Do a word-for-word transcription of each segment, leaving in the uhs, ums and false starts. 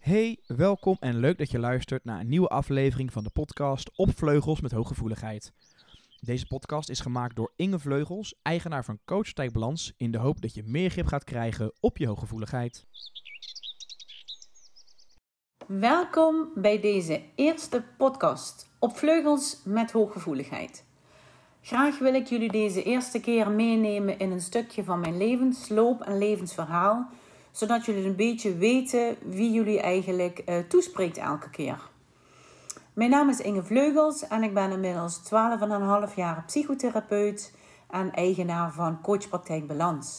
Hey, welkom en leuk dat je luistert naar een nieuwe aflevering van de podcast Op Vleugels met Hooggevoeligheid. Deze podcast is gemaakt door Inge Vleugels, eigenaar van Coachpraktijk Balans, in de hoop dat je meer grip gaat krijgen op je hooggevoeligheid. Welkom bij deze eerste podcast Op Vleugels met Hooggevoeligheid. Graag wil ik jullie deze eerste keer meenemen in een stukje van mijn levensloop en levensverhaal, zodat jullie een beetje weten wie jullie eigenlijk uh, toespreekt elke keer. Mijn naam is Inge Vleugels en ik ben inmiddels twaalf komma vijf jaar psychotherapeut en eigenaar van Coachpraktijk Balans.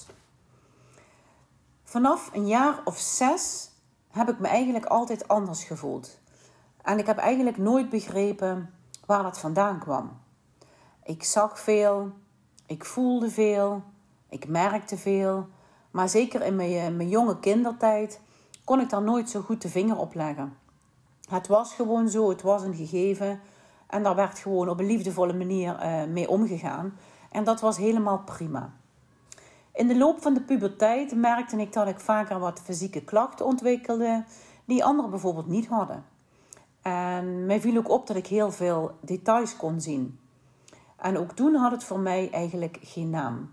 Vanaf een jaar of zes heb ik me eigenlijk altijd anders gevoeld. En ik heb eigenlijk nooit begrepen waar dat vandaan kwam. Ik zag veel, ik voelde veel, ik merkte veel. Maar zeker in mijn, mijn jonge kindertijd kon ik daar nooit zo goed de vinger op leggen. Het was gewoon zo, het was een gegeven. En daar werd gewoon op een liefdevolle manier uh, mee omgegaan. En dat was helemaal prima. In de loop van de puberteit merkte ik dat ik vaker wat fysieke klachten ontwikkelde die anderen bijvoorbeeld niet hadden. En mij viel ook op dat ik heel veel details kon zien. En ook toen had het voor mij eigenlijk geen naam.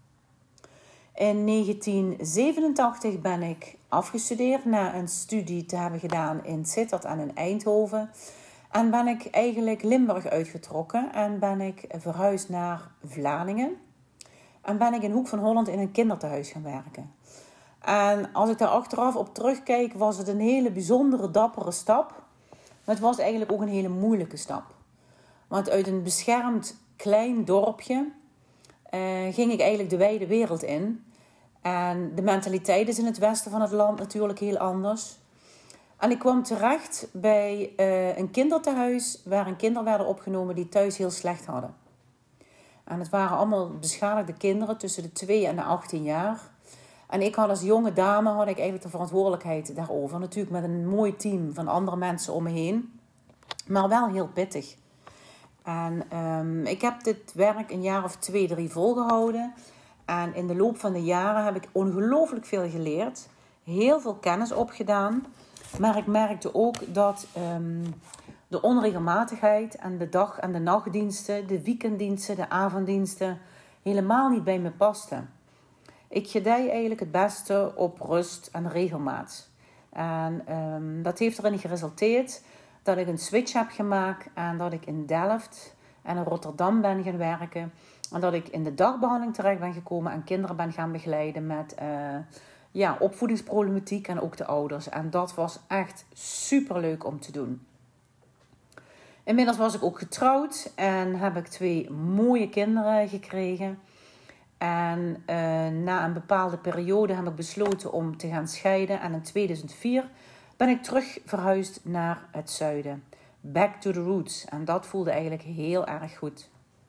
In negentien zevenentachtig ben ik afgestudeerd na een studie te hebben gedaan in Sittard en in Eindhoven. En ben ik eigenlijk Limburg uitgetrokken en ben ik verhuisd naar Vlaardingen. En ben ik in Hoek van Holland in een kindertehuis gaan werken. En als ik daar achteraf op terugkijk, was het een hele bijzondere, dappere stap. Maar het was eigenlijk ook een hele moeilijke stap. Want uit een beschermd klein dorpje uh, ging ik eigenlijk de wijde wereld in. En de mentaliteit is in het westen van het land natuurlijk heel anders. En ik kwam terecht bij uh, een kindertehuis waarin kinderen werden opgenomen die thuis heel slecht hadden. En het waren allemaal beschadigde kinderen tussen de twee en de achttien jaar. En ik had als jonge dame had ik eigenlijk de verantwoordelijkheid daarover. Natuurlijk met een mooi team van andere mensen om me heen. Maar wel heel pittig. En um, ik heb dit werk een jaar of twee, drie volgehouden. En in de loop van de jaren heb ik ongelooflijk veel geleerd. Heel veel kennis opgedaan. Maar ik merkte ook dat um, de onregelmatigheid en de dag- en de nachtdiensten, de weekenddiensten, de avonddiensten helemaal niet bij me pasten. Ik gedij eigenlijk het beste op rust en regelmaat. En um, dat heeft erin geresulteerd dat ik een switch heb gemaakt en dat ik in Delft en in Rotterdam ben gaan werken. En dat ik in de dagbehandeling terecht ben gekomen en kinderen ben gaan begeleiden met uh, ja, opvoedingsproblematiek en ook de ouders. En dat was echt superleuk om te doen. Inmiddels was ik ook getrouwd en heb ik twee mooie kinderen gekregen. En uh, na een bepaalde periode heb ik besloten om te gaan scheiden. En in tweeduizend vier ben ik terug verhuisd naar het zuiden. Back to the roots. En dat voelde eigenlijk heel erg goed.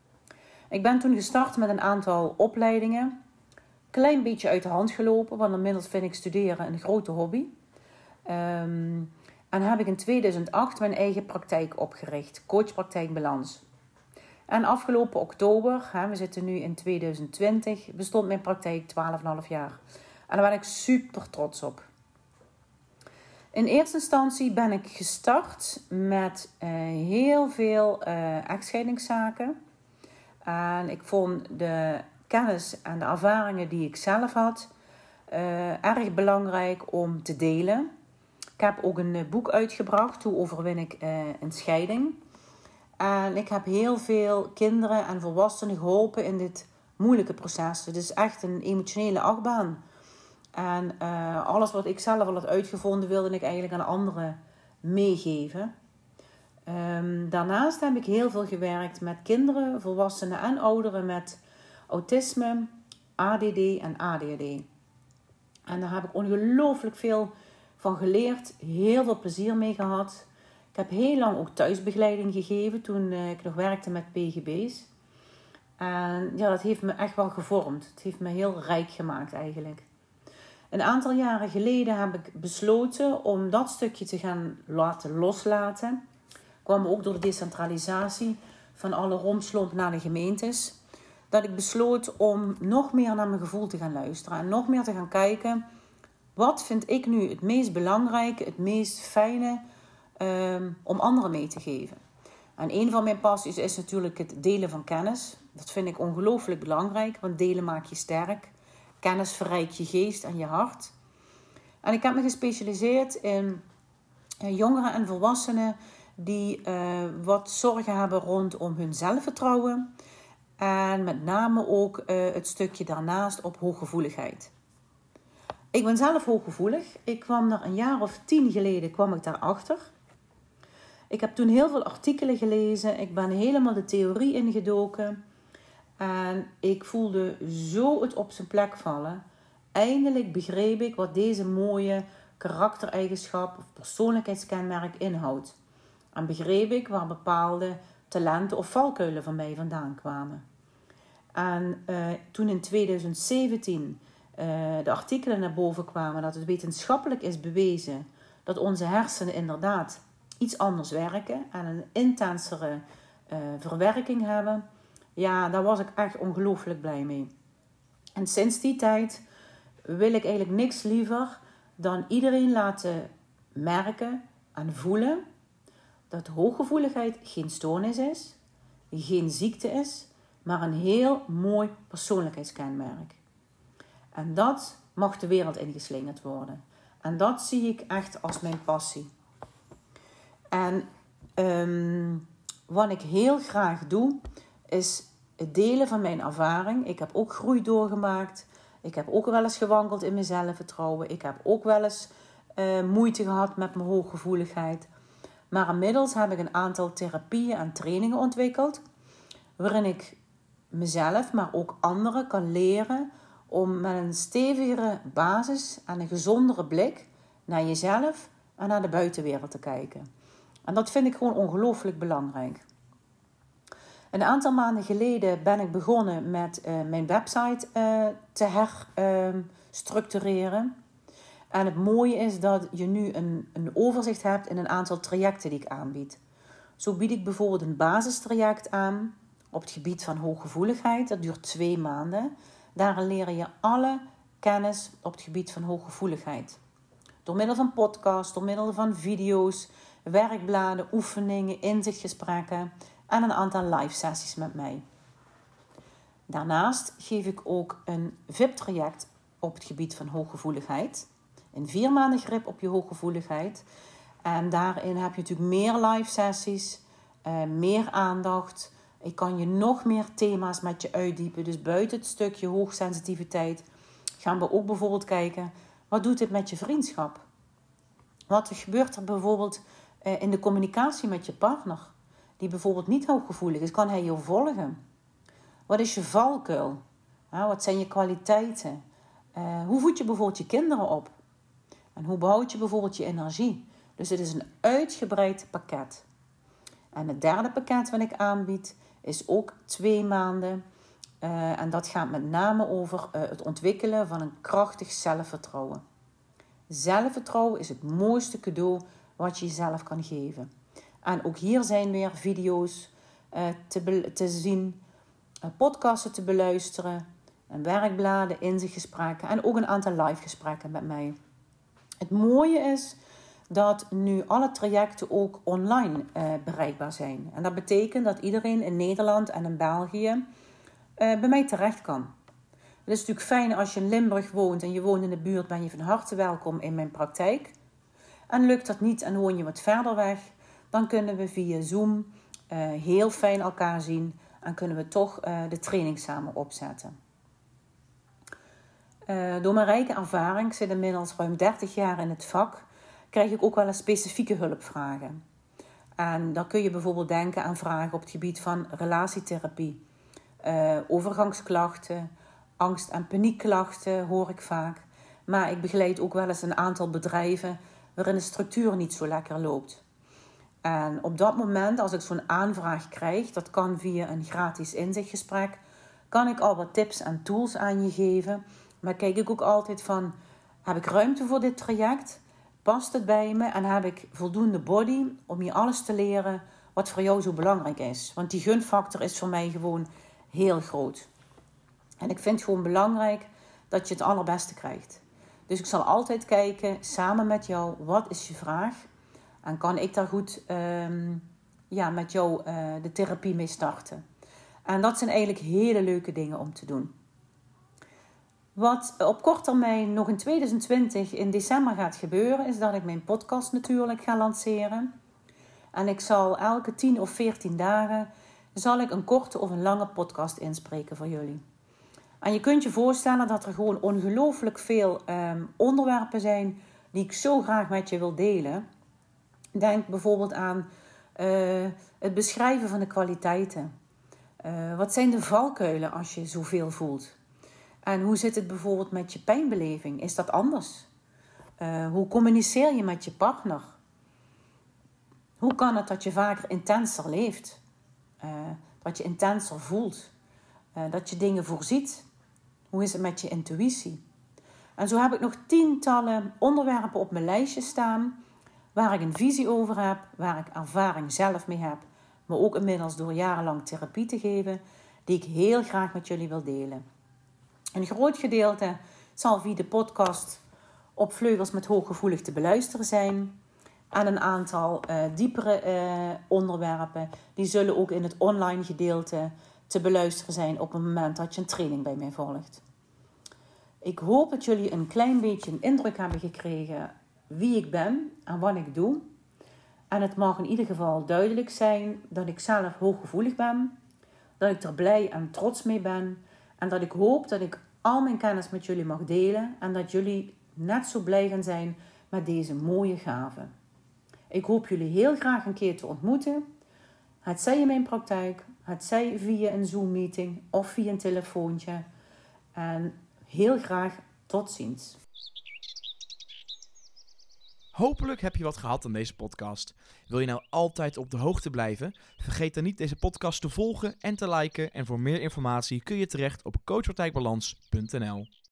Ik ben toen gestart met een aantal opleidingen. Klein beetje uit de hand gelopen, want inmiddels vind ik studeren een grote hobby. Um, en heb ik in tweeduizend acht mijn eigen praktijk opgericht. Coachpraktijk Balans. En afgelopen oktober, hè, we zitten nu in tweeduizend twintig, bestond mijn praktijk twaalf komma vijf jaar. En daar ben ik super trots op. In eerste instantie ben ik gestart met uh, heel veel uh, echtscheidingszaken. En ik vond de kennis en de ervaringen die ik zelf had uh, erg belangrijk om te delen. Ik heb ook een uh, boek uitgebracht, Hoe overwin ik uh, een scheiding. En ik heb heel veel kinderen en volwassenen geholpen in dit moeilijke proces. Het is echt een emotionele achtbaan. En uh, alles wat ik zelf al had uitgevonden, wilde ik eigenlijk aan anderen meegeven. Um, daarnaast heb ik heel veel gewerkt met kinderen, volwassenen en ouderen met autisme, A D D en A D H D. En daar heb ik ongelooflijk veel van geleerd, heel veel plezier mee gehad. Ik heb heel lang ook thuisbegeleiding gegeven toen uh, ik nog werkte met P G B's. En ja, dat heeft me echt wel gevormd. Het heeft me heel rijk gemaakt eigenlijk. Een aantal jaren geleden heb ik besloten om dat stukje te gaan laten loslaten. Kwam ook door de decentralisatie van alle rompslomp naar de gemeentes. Dat ik besloot om nog meer naar mijn gevoel te gaan luisteren. En nog meer te gaan kijken, Wat vind ik nu het meest belangrijke, het meest fijne um, om anderen mee te geven? En een van mijn passies is natuurlijk het delen van kennis. Dat vind ik ongelooflijk belangrijk, want delen maakt je sterk. Kennis verrijkt je geest en je hart. En ik heb me gespecialiseerd in jongeren en volwassenen die uh, wat zorgen hebben rondom hun zelfvertrouwen. En met name ook uh, het stukje daarnaast op hooggevoeligheid. Ik ben zelf hooggevoelig. Ik kwam er een jaar of tien geleden kwam ik daarachter. Ik heb toen heel veel artikelen gelezen. Ik ben helemaal de theorie ingedoken. En ik voelde zo het op zijn plek vallen. Eindelijk begreep ik wat deze mooie karaktereigenschap of persoonlijkheidskenmerk inhoudt. En begreep ik waar bepaalde talenten of valkuilen van mij vandaan kwamen. En uh, toen in twintig zeventien uh, de artikelen naar boven kwamen dat het wetenschappelijk is bewezen dat onze hersenen inderdaad iets anders werken en een intensere uh, verwerking hebben, ja, daar was ik echt ongelooflijk blij mee. En sinds die tijd wil ik eigenlijk niks liever dan iedereen laten merken en voelen dat hooggevoeligheid geen stoornis is, geen ziekte is, maar een heel mooi persoonlijkheidskenmerk. En dat mag de wereld ingeslingerd worden. En dat zie ik echt als mijn passie. En um, wat ik heel graag doe, is het delen van mijn ervaring. Ik heb ook groei doorgemaakt. Ik heb ook wel eens gewankeld in mijn zelfvertrouwen. Ik heb ook wel eens uh, moeite gehad met mijn hooggevoeligheid. Maar inmiddels heb ik een aantal therapieën en trainingen ontwikkeld, waarin ik mezelf, maar ook anderen kan leren om met een stevigere basis en een gezondere blik naar jezelf en naar de buitenwereld te kijken. En dat vind ik gewoon ongelooflijk belangrijk. Een aantal maanden geleden ben ik begonnen met uh, mijn website uh, te herstructureren. Uh, en het mooie is dat je nu een, een overzicht hebt in een aantal trajecten die ik aanbied. Zo bied ik bijvoorbeeld een basistraject aan op het gebied van hooggevoeligheid. Dat duurt twee maanden. Daarin leer je alle kennis op het gebied van hooggevoeligheid. Door middel van podcasts, door middel van video's, werkbladen, oefeningen, inzichtgesprekken en een aantal live sessies met mij. Daarnaast geef ik ook een V I P-traject op het gebied van hooggevoeligheid. Een vier maanden grip op je hooggevoeligheid. En daarin heb je natuurlijk meer live sessies, uh, meer aandacht. Ik kan je nog meer thema's met je uitdiepen. Dus buiten het stukje hoogsensitiviteit gaan we ook bijvoorbeeld kijken, wat doet dit met je vriendschap? Wat gebeurt er bijvoorbeeld uh, in de communicatie met je partner? Die bijvoorbeeld niet hooggevoelig is, kan hij je volgen? Wat is je valkuil? Ja, wat zijn je kwaliteiten? Uh, hoe voed je bijvoorbeeld je kinderen op? En hoe behoud je bijvoorbeeld je energie? Dus het is een uitgebreid pakket. En het derde pakket wat ik aanbied is ook twee maanden. Uh, en dat gaat met name over uh, het ontwikkelen van een krachtig zelfvertrouwen. Zelfvertrouwen is het mooiste cadeau wat je jezelf kan geven. En ook hier zijn weer video's uh, te, be- te zien, uh, podcasten te beluisteren, en werkbladen, inzichtgesprekken en ook een aantal live gesprekken met mij. Het mooie is dat nu alle trajecten ook online uh, bereikbaar zijn. En dat betekent dat iedereen in Nederland en in België uh, bij mij terecht kan. Het is natuurlijk fijn als je in Limburg woont en je woont in de buurt, ben je van harte welkom in mijn praktijk. En lukt dat niet en woon je wat verder weg, dan kunnen we via Zoom uh, heel fijn elkaar zien en kunnen we toch uh, de training samen opzetten. Uh, door mijn rijke ervaring, ik zit inmiddels ruim dertig jaar in het vak, krijg ik ook wel eens specifieke hulpvragen. En dan kun je bijvoorbeeld denken aan vragen op het gebied van relatietherapie, uh, overgangsklachten, angst- en paniekklachten hoor ik vaak. Maar ik begeleid ook wel eens een aantal bedrijven waarin de structuur niet zo lekker loopt. En op dat moment, als ik zo'n aanvraag krijg, dat kan via een gratis inzichtgesprek, kan ik al wat tips en tools aan je geven. Maar kijk ik ook altijd van, heb ik ruimte voor dit traject? Past het bij me? En heb ik voldoende body om je alles te leren wat voor jou zo belangrijk is? Want die gunfactor is voor mij gewoon heel groot. En ik vind het gewoon belangrijk dat je het allerbeste krijgt. Dus ik zal altijd kijken, samen met jou, wat is je vraag? En kan ik daar goed um, ja, met jou uh, de therapie mee starten? En dat zijn eigenlijk hele leuke dingen om te doen. Wat op korte termijn nog in twintig twintig in december gaat gebeuren, is dat ik mijn podcast natuurlijk ga lanceren. En ik zal elke tien of veertien dagen zal ik een korte of een lange podcast inspreken voor jullie. En je kunt je voorstellen dat er gewoon ongelooflijk veel um, onderwerpen zijn die ik zo graag met je wil delen. Denk bijvoorbeeld aan uh, het beschrijven van de kwaliteiten. Uh, wat zijn de valkuilen als je zoveel voelt? En hoe zit het bijvoorbeeld met je pijnbeleving? Is dat anders? Uh, hoe communiceer je met je partner? Hoe kan het dat je vaker intenser leeft? Uh, dat je intenser voelt? Uh, dat je dingen voorziet? Hoe is het met je intuïtie? En zo heb ik nog tientallen onderwerpen op mijn lijstje staan, waar ik een visie over heb, waar ik ervaring zelf mee heb, maar ook inmiddels door jarenlang therapie te geven, die ik heel graag met jullie wil delen. Een groot gedeelte zal via de podcast op Vleugels met Hooggevoelig te beluisteren zijn. En een aantal uh, diepere uh, onderwerpen, die zullen ook in het online gedeelte te beluisteren zijn op het moment dat je een training bij mij volgt. Ik hoop dat jullie een klein beetje een indruk hebben gekregen wie ik ben en wat ik doe. En het mag in ieder geval duidelijk zijn dat ik zelf hooggevoelig ben, dat ik er blij en trots mee ben en dat ik hoop dat ik al mijn kennis met jullie mag delen en dat jullie net zo blij gaan zijn met deze mooie gave. Ik hoop jullie heel graag een keer te ontmoeten. Het zij in mijn praktijk, het zij via een Zoom-meeting of via een telefoontje. En heel graag tot ziens. Hopelijk heb je wat gehad aan deze podcast. Wil je nou altijd op de hoogte blijven? Vergeet dan niet deze podcast te volgen en te liken. En voor meer informatie kun je terecht op coach praktijk balans punt n l.